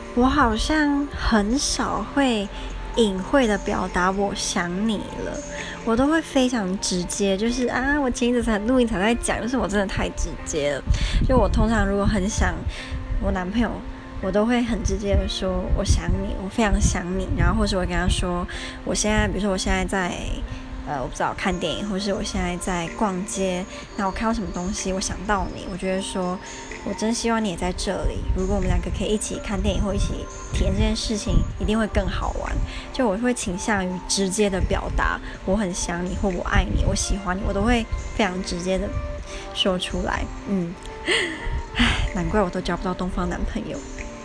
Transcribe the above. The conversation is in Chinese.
我好像很少会隐晦的表达我想你了，我都会非常直接，就是我前一阵才录音才在讲，就是我真的太直接了。就我通常如果很想我男朋友，我都会很直接的说我想你，我非常想你，然后或是我跟他说我现在，比如说我现在在我不知道看电影，或是我现在在逛街，那我看到什么东西，我想到你，我觉得说我真希望你也在这里。如果我们两个可以一起看电影或一起体验这件事情，一定会更好玩。就我会倾向于直接的表达我很想你，或我爱你，我喜欢你，我都会非常直接的说出来。难怪我都交不到东方男朋友。